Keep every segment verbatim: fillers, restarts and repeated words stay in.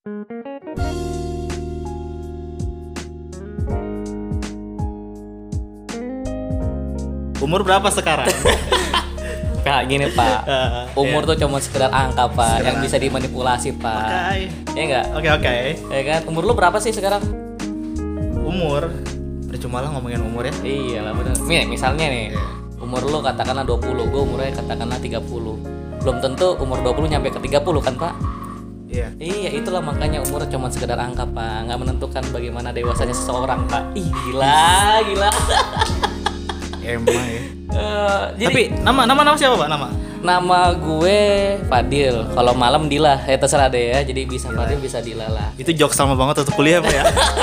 Umur berapa sekarang? Pak, gini Pak, umur yeah. tuh cuma sekedar angka Pak, Sekedar yang bisa angka. dimanipulasi Pak. Okay. Ya enggak? Oke oke. Ya kan, umur lu berapa sih sekarang? Umur, percuma lah ngomongin umur ya. Iya lah bener. Nih misalnya nih, Yeah. umur lu katakanlah dua puluh, gue umurnya katakanlah tiga puluh. Belum tentu umur dua puluh nyampe ke tiga puluh kan Pak? Iya. Iya, itulah makanya umur cuma sekedar angka Pak, nggak menentukan bagaimana dewasanya seseorang Pak. Ih, gila, gila. Emang ya. Uh, jadi Tapi nama nama nama siapa Pak? Nama? nama gue Fadil. Kalau malam Dila, ya terserah deh ya. Jadi bisa Dila. Fadil, bisa Dila lah. Itu jokes sama banget untuk kuliah Pak ya.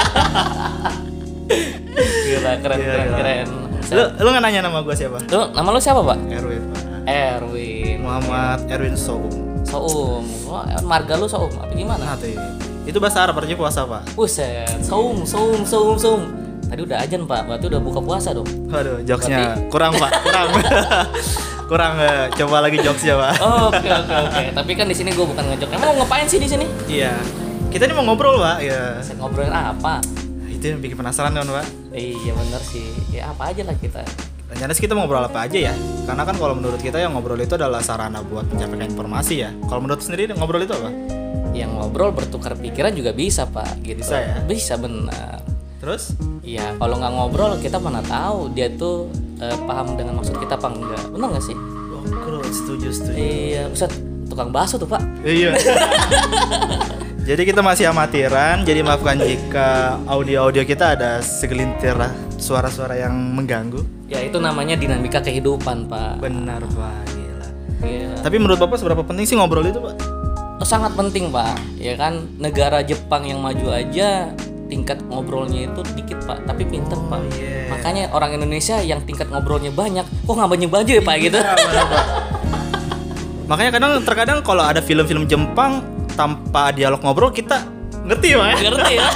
Gila, keren, Gila, keren, gila. keren. Lu lu nggak nanya nama gua siapa? Lu, nama lu siapa Pak? Erwin Pak. Erwin. Muhammad Erwin Soum. Soum. Wah, marga lu Soum apa gimana? Nah tuh ini. Itu bahasa Arab artinya puasa Pak. Buset, Soum, Soum, Soum, Soum. Tadi udah ajan Pak, berarti udah buka puasa dong. Waduh, jokesnya Berarti- kurang Pak, kurang. kurang eh, coba lagi jokesnya Pak. Oh, oke oke oke. Tapi kan di sini gue bukan ngejok. Emang mau ngapain sih di sini? Iya. Kita ini mau ngobrol Pak, ya. Saya ngobrolin apa? Itu yang bikin penasaran kan Pak. Iya bener sih. Ya apa aja lah kita. Rencananya sih kita mau ngobrol apa aja ya. Karena kan kalau menurut kita yang ngobrol itu adalah sarana buat menyampaikan informasi ya. Kalau menurut sendiri ngobrol itu apa? Yang ngobrol bertukar pikiran juga bisa Pak. Gitu. Bisa ya? Bisa benar. Terus? Iya. Kalau nggak ngobrol kita mana tahu dia tuh eh, paham dengan maksud kita apa enggak? Benar nggak sih? Ngobrol, setuju, setuju. Iya. Ustaz, tukang bakso tuh Pak. Iya. Jadi kita masih amatiran, jadi maafkan jika audio-audio kita ada segelintir suara-suara yang mengganggu. Ya itu namanya dinamika kehidupan Pak. Benar Pak, gila. Gila. Tapi menurut Bapak seberapa penting sih ngobrol itu Pak? Sangat penting Pak. Ya kan negara Jepang yang maju aja tingkat ngobrolnya itu dikit Pak, tapi pinter Pak. yeah. Makanya orang Indonesia yang tingkat ngobrolnya banyak, kok nggak banyak-banyak ya Pak gitu. Iya, benar, Pak. Makanya kadang terkadang kalau ada film-film Jepang tanpa dialog ngobrol kita ngerti Pak ya? Ngerti ya?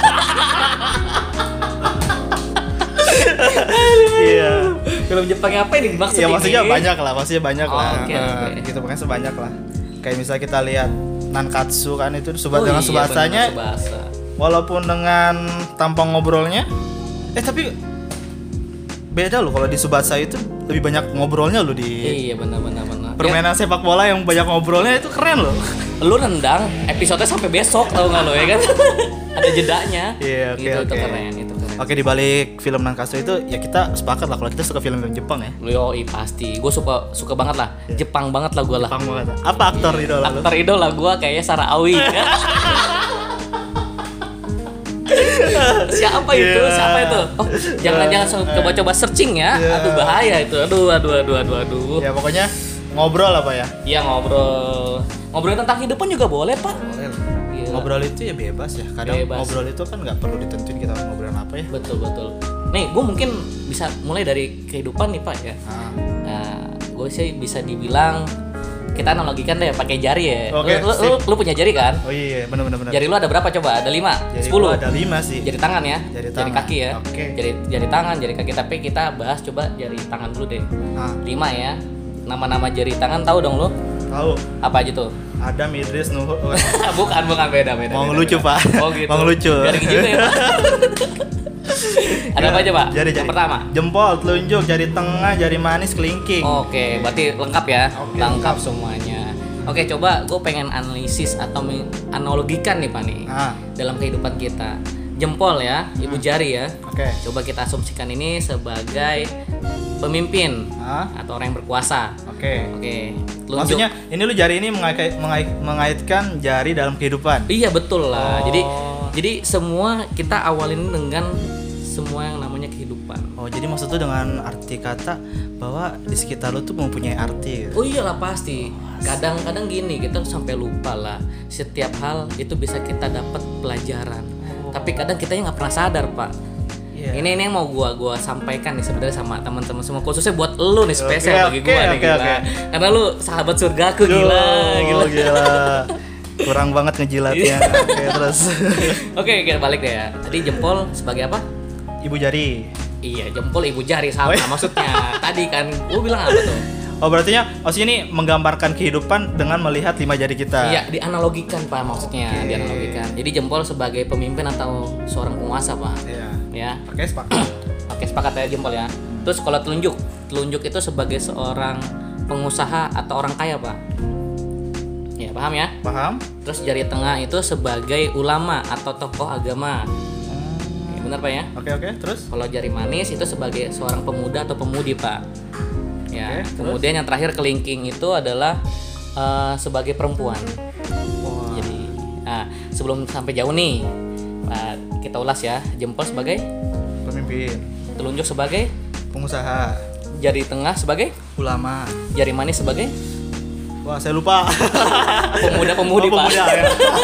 Iya. Film Jepang apa ini dimaksud Ya ini? maksudnya banyak lah, maksudnya banyak Oh, lah. oke, Eh, oke. Gitu pokoknya sebanyak lah. Kayak misalnya kita lihat Nankatsu kan itu subat Oh, dengan iya, subasanya, benar, subasa. walaupun dengan tanpa ngobrolnya, eh tapi beda loh kalau di subasa itu lebih banyak ngobrolnya loh di Iya benar benar benar. permainan sepak bola yang banyak ngobrolnya itu keren loh. Ya, lu nendang episode sampai besok tau nggak lo ya kan? Ada jedanya. Iya, oke, Gitu, itu oke. keren, itu keren. Oke, di balik film Nankatsu itu ya kita sepakat lah kalau kita suka film-film Jepang ya. Yoi pasti, gue suka suka banget lah, Jepang banget lah gue lah. Jepang banget. Apa aktor idola lu? Aktor idola gue kayaknya Sarah Awi. Siapa itu? Yeah. Siapa itu? Oh, jangan jangan so- coba-coba searching ya. Yeah. Aduh bahaya itu. Aduh aduh aduh aduh aduh. Ya pokoknya ngobrol apa ya? Iya ngobrol. Ngobrolin tentang kehidupan juga boleh, Pak. Gila. Ngobrol itu ya bebas ya. Kadang Bebas. ngobrol itu kan nggak perlu ditentuin kita mau ngobrol apa ya. Betul betul. Nih, gue mungkin bisa mulai dari kehidupan nih, Pak ya. Ah. Nah, gue sih bisa dibilang kita analogikan deh pakai jari ya. Oke, lu, lu, sip. lu, lu punya jari kan? Oh iya, benar benar benar. Jari lu ada berapa coba? Ada lima? Jari Sepuluh? gua ada lima sih. Jari tangan ya? Jari Jari tangan. kaki ya? Oke. Jari jari tangan, jari kaki. Tapi kita bahas coba jari tangan dulu deh. Ah, Lima ya. Nama-nama jari tangan tahu dong lu? tahu. Apa aja tuh? Adam, Idris, Nuh. Oh, bukan, bukan beda beda. mau beda, ngelucu, beda. Pak. Oh gitu. Mau ngelucu. Garing juga ya, Pak. Ada apa aja, Pak? Jari, Yang jari. pertama. Jempol, telunjuk, jari tengah, jari manis, kelingking. Oke, berarti lengkap ya? Oke, lengkap lengkap. semuanya. Oke, coba gue pengen analisis atau menganalogikan nih Pak nih Ah, dalam kehidupan kita. Jempol ya, ibu jari ya. oke. Coba kita asumsikan ini sebagai pemimpin Ah, atau orang yang berkuasa. oke. Oke, telunjuk. Maksudnya ini lu jari ini mengait, mengait- mengaitkan jari dalam kehidupan. Iya betul lah. Oh. Jadi jadi semua kita awalin dengan semua yang namanya kehidupan. Oh, jadi maksud tuh dengan arti kata bahwa di sekitar lu tuh mempunyai arti gitu. Oh iyalah pasti. Kadang-kadang gini kita sampai lupa lah. Setiap hal itu bisa kita dapat pelajaran. Tapi kadang kita nggak pernah sadar Pak. Iya. Ini ini yang mau gua gua sampaikan nih sebenarnya sama teman-teman semua khususnya buat lu nih spesial Oke, bagi oke, gua nih oke, gila. oke. Karena lu sahabat surgaku gila, Duh, gila. gila. Kurang banget ngejilatnya. Oke, terus. Oke, kita balik deh ya. Tadi jempol sebagai apa? Ibu jari. Iya, jempol ibu jari sama Oh, iya. maksudnya. Tadi kan gua bilang apa tuh? Oh berarti ya, maksudnya ini menggambarkan kehidupan dengan melihat lima jari kita. Iya, dianalogikan Pak maksudnya, Oke. dianalogikan. Jadi jempol sebagai pemimpin atau seorang penguasa Pak. Iya. Ya. Oke sepakat. Oke, sepakat ya jempol ya. Terus kalau telunjuk, telunjuk itu sebagai seorang pengusaha atau orang kaya Pak. Ya paham ya. Paham? Terus jari tengah itu sebagai ulama atau tokoh agama. Ya, benar Pak ya. Oke oke. Terus? Kalau jari manis itu sebagai seorang pemuda atau pemudi Pak. Ya. Oke, Kemudian yang terakhir kelingking itu adalah eh, sebagai perempuan. Wah. Jadi, nah sebelum sampai jauh nih, nah, kita ulas ya. Jempol sebagai Pemimpin, telunjuk sebagai, pengusaha, jari tengah sebagai, ulama. jari manis sebagai Wah saya lupa. pemuda-pemudi Oh, Pak. pemuda, ya.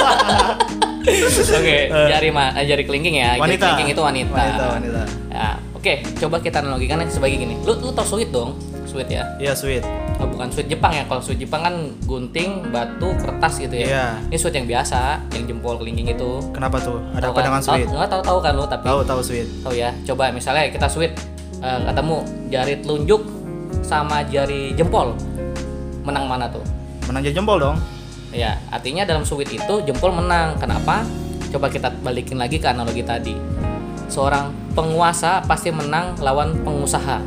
Oke, jari ma- eh, jari kelingking ya. Jari Wanita. kelingking itu wanita. Wanita, wanita. Ya, oke, coba kita analogikan sebagai gini. Lu lu tau sweet dong? Sweet ya. Iya sweet. Oh, bukan sweet Jepang ya. Kalau sweet Jepang kan gunting, batu, kertas gitu ya. Iya. Ini sweet yang biasa, yang jempol kelingking itu. Kenapa tuh? Ada Tahu apa kan? dengan sweet? Tahu, enggak tahu tahu kan lu tapi Tahu tahu sweet. tahu ya. Coba misalnya kita sweet eh, ketemu jari telunjuk sama jari jempol. Menang mana tuh? Menang jadi jempol dong. Ya, artinya dalam sweet itu jempol menang. Kenapa? Coba kita balikin lagi ke analogi tadi. Seorang penguasa pasti menang lawan pengusaha.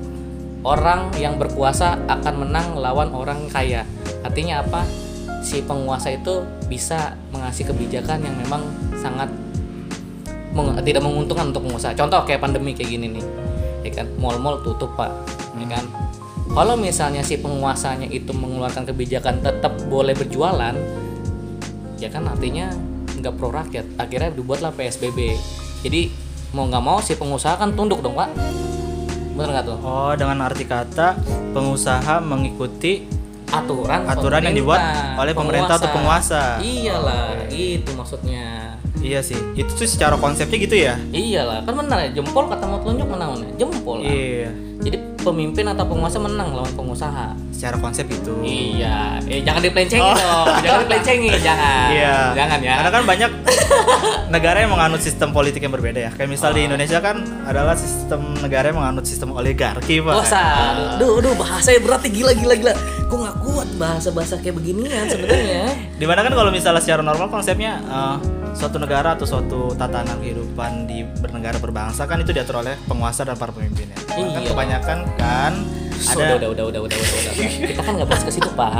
Orang yang berkuasa akan menang lawan orang kaya. Artinya apa? Si penguasa itu bisa mengasih kebijakan yang memang sangat meng- tidak menguntungkan untuk pengusaha. Contoh kayak pandemi kayak gini nih. Ya kan, mall-mall tutup, Pak. Ya kan? Kalau misalnya si penguasanya itu mengeluarkan kebijakan tetap boleh berjualan, ya kan artinya nggak pro rakyat. Akhirnya dibuatlah P S B B. Jadi mau nggak mau si pengusaha kan tunduk dong Pak. Bener nggak tuh? Oh dengan arti kata pengusaha mengikuti Aturan aturan yang dibuat oleh pemerintah atau penguasa. Iyalah, itu maksudnya. Iya sih. Itu tuh secara konsepnya gitu ya. Iyalah, kan benar ya. Jempol ketemu telunjuk menang mana? Jempol lah. Iya. Jadi pemimpin atau penguasa menang lawan pengusaha. Secara konsep itu. Iya, eh jangan dipelencengin Oh. dong, jangan dipelencengin, jangan. Iya. Jangan ya. Karena kan banyak negara yang menganut sistem politik yang berbeda ya. Kayak misal di Oh. Indonesia kan adalah sistem negara yang menganut sistem oligarki, Pak. Wah, sa, duh, duh, bahasanya berarti gila, gila, gila. Gue nggak kuat bahasa-bahasa kayak beginian sebenarnya. Dimana kan kalau misalnya secara normal konsepnya eh, suatu negara atau suatu tatanan kehidupan di bernegara berbangsa kan itu diatur oleh penguasa dan para pemimpinnya. Kan Iya. kebanyakan kan So, ada. udah, udah, udah, udah, udah, udah, udah. Kita kan nggak bahas ke situ, Pak.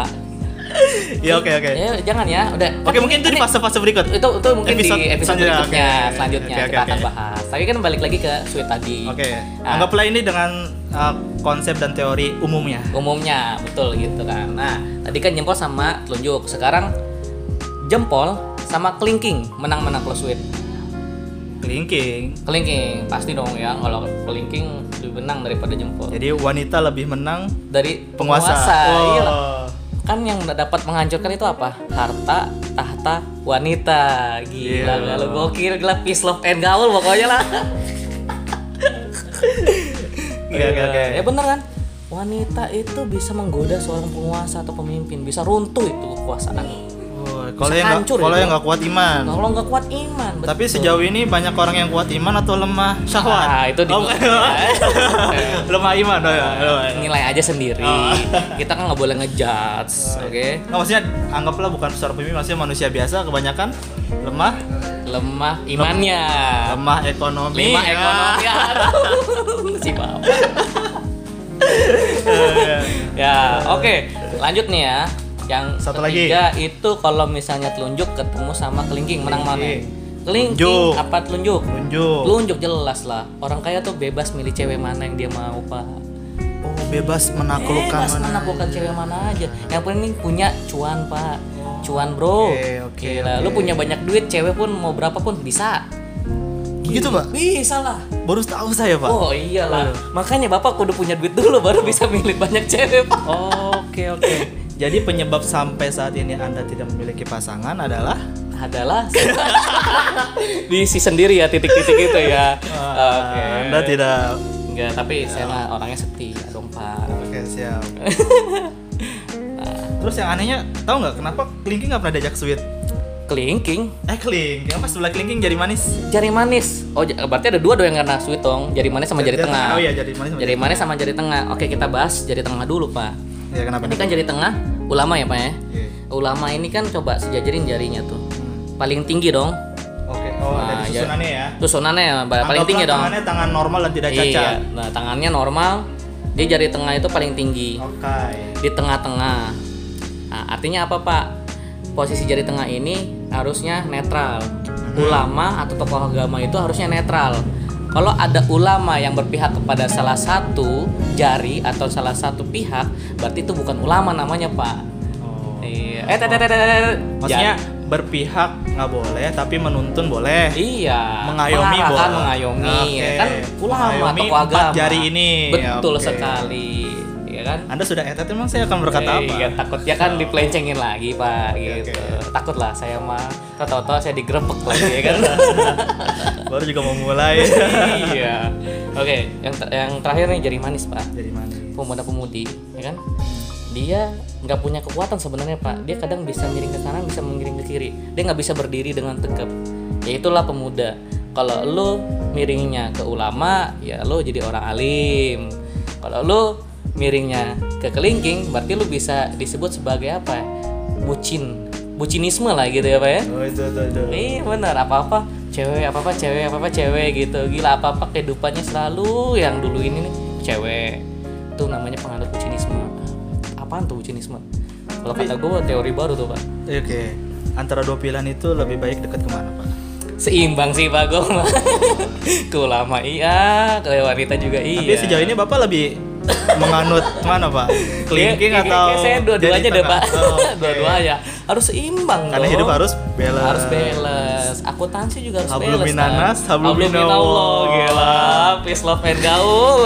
Iya oke oke. Ya, jangan ya, udah. Oke mungkin itu di fase-fase berikut. itu itu mungkin Episode di episode selanjutnya, berikutnya oke. selanjutnya Oke, oke, kita akan oke. bahas. Tapi kan balik lagi ke sweet tadi. Oke. Nah, Anggaplah ini dengan uh, konsep dan teori umumnya. umumnya betul gitu kan. Nah, tadi kan jempol sama telunjuk. Sekarang jempol sama kelingking menang-menang kalau sweet. Kelingking. Kelingking pasti dong ya. Kalau kelingking lebih menang daripada jempol. Jadi wanita lebih menang Dari penguasa. penguasa. Oh. Iya lah. Kan yang dapat menghancurkan itu apa? Harta, tahta, wanita. Gila, Iya. lu gokil, gila peace love and gaul pokoknya lah. Oke oke oke. Ya bener kan? Wanita itu bisa menggoda seorang penguasa atau pemimpin, bisa runtuh itu kekuasaan. Oh, Kalau Bisa yang nggak hancur kalau itu. yang nggak kuat iman. Kalau nggak kuat iman, Tapi betul. sejauh ini banyak orang yang kuat iman atau lemah syahwat. Ah, itu di Oh, lemah iman oh, ya. lemah. nilai aja sendiri. Oh. Kita kan nggak boleh ngejudge, oke? Nah, maksudnya anggaplah bukan seorang pemimpin, maksudnya manusia biasa kebanyakan lemah, Lemah imannya. lemah ekonomi. Lima ya. ekonomi. Aduh, si bapak. Ya, oke. Lanjut nih ya. Yang Satu ketiga itu kalau misalnya telunjuk ketemu sama kelingking menang mana? Kelingking. Kelingking Telunjuk. apa telunjuk? Tunjuk. Telunjuk jelas lah. Orang kaya tuh bebas milih cewek mana yang dia mau, Pak. Oh, bebas menaklukkan Bebas mana. menaklukkan cewek mana aja. Yang penting punya cuan, Pak. Cuan, Bro. Oke, oke, Gila, lu oke. punya banyak duit, cewek pun mau berapa pun bisa. Gitu, Pak? Bisa lah. Baru tahu saya, Pak. Oh iyalah. Waduh. Makanya Bapak kudu punya duit dulu baru bisa milih banyak cewek, Pak. Oke, oke. Jadi penyebab sampai saat ini Anda tidak memiliki pasangan adalah Adalah diisi sendiri ya titik-titik itu ya. Oke. Anda tidak. Enggak, tapi saya mah orangnya setia dong, Pak. Oke, siap. Terus yang anehnya, tahu nggak kenapa kelingking nggak pernah diajak sweet? Kelingking, Eh, kelingking apa sebelah kelingking jadi manis? jari manis. Oh, j- berarti ada dua dong yang kena sweet dong. Jari manis sama jari, tengah. Oh iya, jadi manis sama Jari manis sama jari tengah. Oke, kita bahas jari tengah dulu, Pak. Ya kenapa? Ini kan jari tengah ulama ya Pak ya. Iya. Ulama ini kan coba sejajarin jarinya tuh. Hmm. Paling tinggi dong. Oke. Oh, Nah, dari ya. susunannya ya. Susunannya ya, paling Anggaplah tinggi dong. Tangannya tangan normal dan tidak cacat. Iya. Nah, tangannya normal. Dia jari tengah itu paling tinggi. Oke. Di tengah-tengah. Nah, artinya apa Pak? Posisi jari tengah ini harusnya netral. Ulama atau tokoh agama itu harusnya netral. Kalau ada ulama yang berpihak kepada salah satu jari atau salah satu pihak, berarti itu bukan ulama namanya Pak. Oh. Iya. Eh, tet, tet, tet, tet. Maksudnya Jari. berpihak nggak boleh, tapi menuntun boleh. Iya. Mengayomi mengarahkan, boleh. mengayomi. Oke. Kan ulama Mengayomi tokoh empat agama. jari ini. Betul Oke. sekali. Iya kan? Anda sudah etet, emang saya akan berkata apa? Iya, takutnya kan dipelencengin lagi Pak, Oke, gitu. oke. Takut lah saya mah, tahu-tahu saya digrebek lagi ya kan. Baru juga mau mulai. Iya. Oke, yang ter- yang terakhir nih jari manis Pak. Jadi mana? Pemuda-pemudi, ya kan? Dia nggak punya kekuatan sebenarnya Pak. Dia kadang bisa miring ke kanan, bisa miring ke kiri. Dia nggak bisa berdiri dengan tegap. Ya itulah pemuda. Kalau lu miringnya ke ulama, ya lu jadi orang alim. Kalau lu miringnya ke kelingking, berarti lu bisa disebut sebagai apa? Bucin, bucinisme lah gitu ya Pak ya. Oh itu itu itu. Iya benar, apa-apa cewek, apa-apa cewek, apa-apa cewek gitu. Gila, apa-apa kehidupannya selalu yang dulu ini nih cewek. Itu namanya penganut bucinisme. Apaan tuh bucinisme? Kalau kata gue teori baru tuh Pak. Oke. Antara dua pilihan itu lebih baik dekat kemana Pak? Seimbang sih Pak gue mah. Ke ulama iya, ke wanita juga iya. Tapi sejauh ini Bapak lebih menganut mana Pak? Kelingking Kayak- atau kayak saya dua-duanya jadi deh tengah? Pak. Oh, oke. Dua-duanya harus seimbang Karena dong. hidup harus balance. Harus balance. Akuntansi juga harus Hablum balance. minanas, Pak. hablum Hablum minallah. minallah, gila. Peace love and gaul.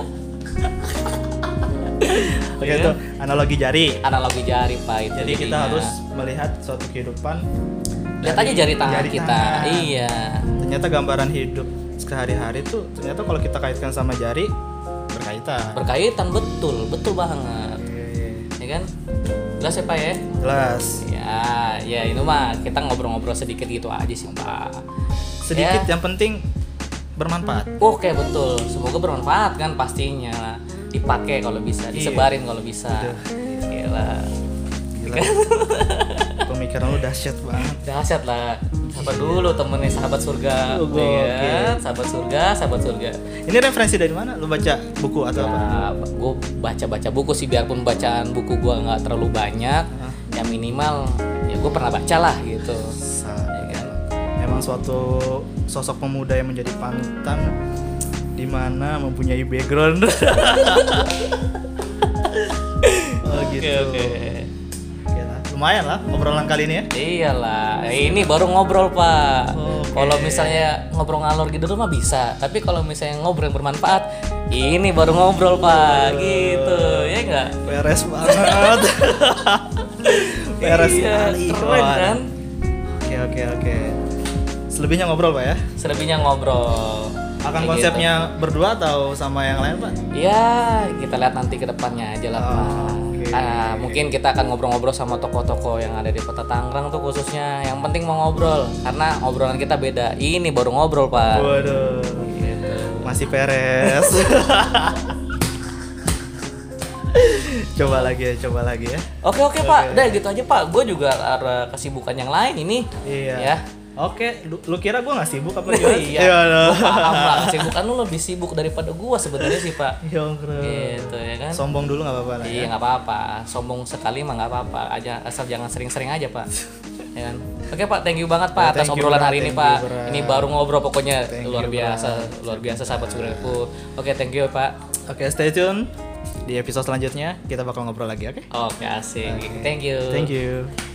Oke itu analogi jari. Analogi jari Pak itu. Jadi kita jadinya. harus melihat suatu kehidupan. lihat aja jari tangan jari kita. tangan. Iya. Ternyata gambaran hidup sehari-hari tuh ternyata kalau kita kaitkan sama jari berkaitan. Berkaitan betul, betul banget. Oke. Ya kan? Jelas ya Pak ya? Jelas. Ya, ya ini mah kita ngobrol-ngobrol sedikit gitu aja sih Pak. Sedikit Ya. yang penting bermanfaat. Oke betul, semoga bermanfaat kan pastinya. Dipakai kalau bisa, Iya. disebarin kalau bisa. Gila. Gila. Pemikiran lu dahsyat banget. Dahsyat lah. Sahabat dulu temennya sahabat surga. Oh, gokil. Iya, sahabat surga, sahabat surga. Ini referensi dari mana? Lu baca buku atau apa? Nah, gue baca-baca buku sih, biarpun bacaan buku gue nggak terlalu banyak, ya minimal ya gue pernah baca lah gitu. Sa- Ya kan? Emang suatu sosok pemuda yang menjadi panutan di mana mempunyai background. Oh gitu. Oke oke. Oke lah. Lumayan lah obrolan kali ini ya. Iyalah, ini baru ngobrol Pak. Oke. Kalau misalnya ngobrol ngalor gitu mah bisa, tapi kalau misalnya ngobrol yang bermanfaat, ini baru ngobrol Pak. Gitu, ya enggak? Beres banget. Beres Iya, sekali. keren kawan. kan? Oke oke oke. Selebihnya ngobrol Pak ya. Selebihnya ngobrol. Akan Kayak konsepnya berdua atau sama yang lain Pak? gitu. Ya, kita lihat nanti ke depannya aja lah Pak. Oke. Ah, mungkin kita akan ngobrol-ngobrol sama tokoh-tokoh yang ada di Kota Tangerang tuh khususnya. Yang penting mau ngobrol, karena obrolan kita beda. Ini baru ngobrol Pak. Waduh. Gitu. Masih peres. Coba lagi ya, coba lagi ya. Oke oke Pak, udah gitu aja Pak. Gue juga ada kesibukan yang lain ini. Iya. Ya. Oke, lu, lu kira gue nggak sibuk apa gimana? Iya. no. Gua paham lah. Kesibukan lu lebih sibuk daripada gue sebenarnya sih Pak. Yongkro. Gitu ya kan. Sombong dulu nggak apa-apa lah. Iya Ya? nggak apa-apa. Sombong sekali mah nggak apa-apa. Aja asal jangan sering-sering aja Pak. Ya kan. Oke Pak, thank you banget Pak Ya, atas thank you, obrolan Bro. hari ini Thank Pak. you, Bro. Ini baru ngobrol pokoknya Thank luar you, biasa, Bro. luar biasa sahabat surgaku. Oke, thank you Pak. Oke, stay tune. Di episode selanjutnya kita bakal ngobrol lagi, oke? Oke, asik. Oke. Thank you. Thank you.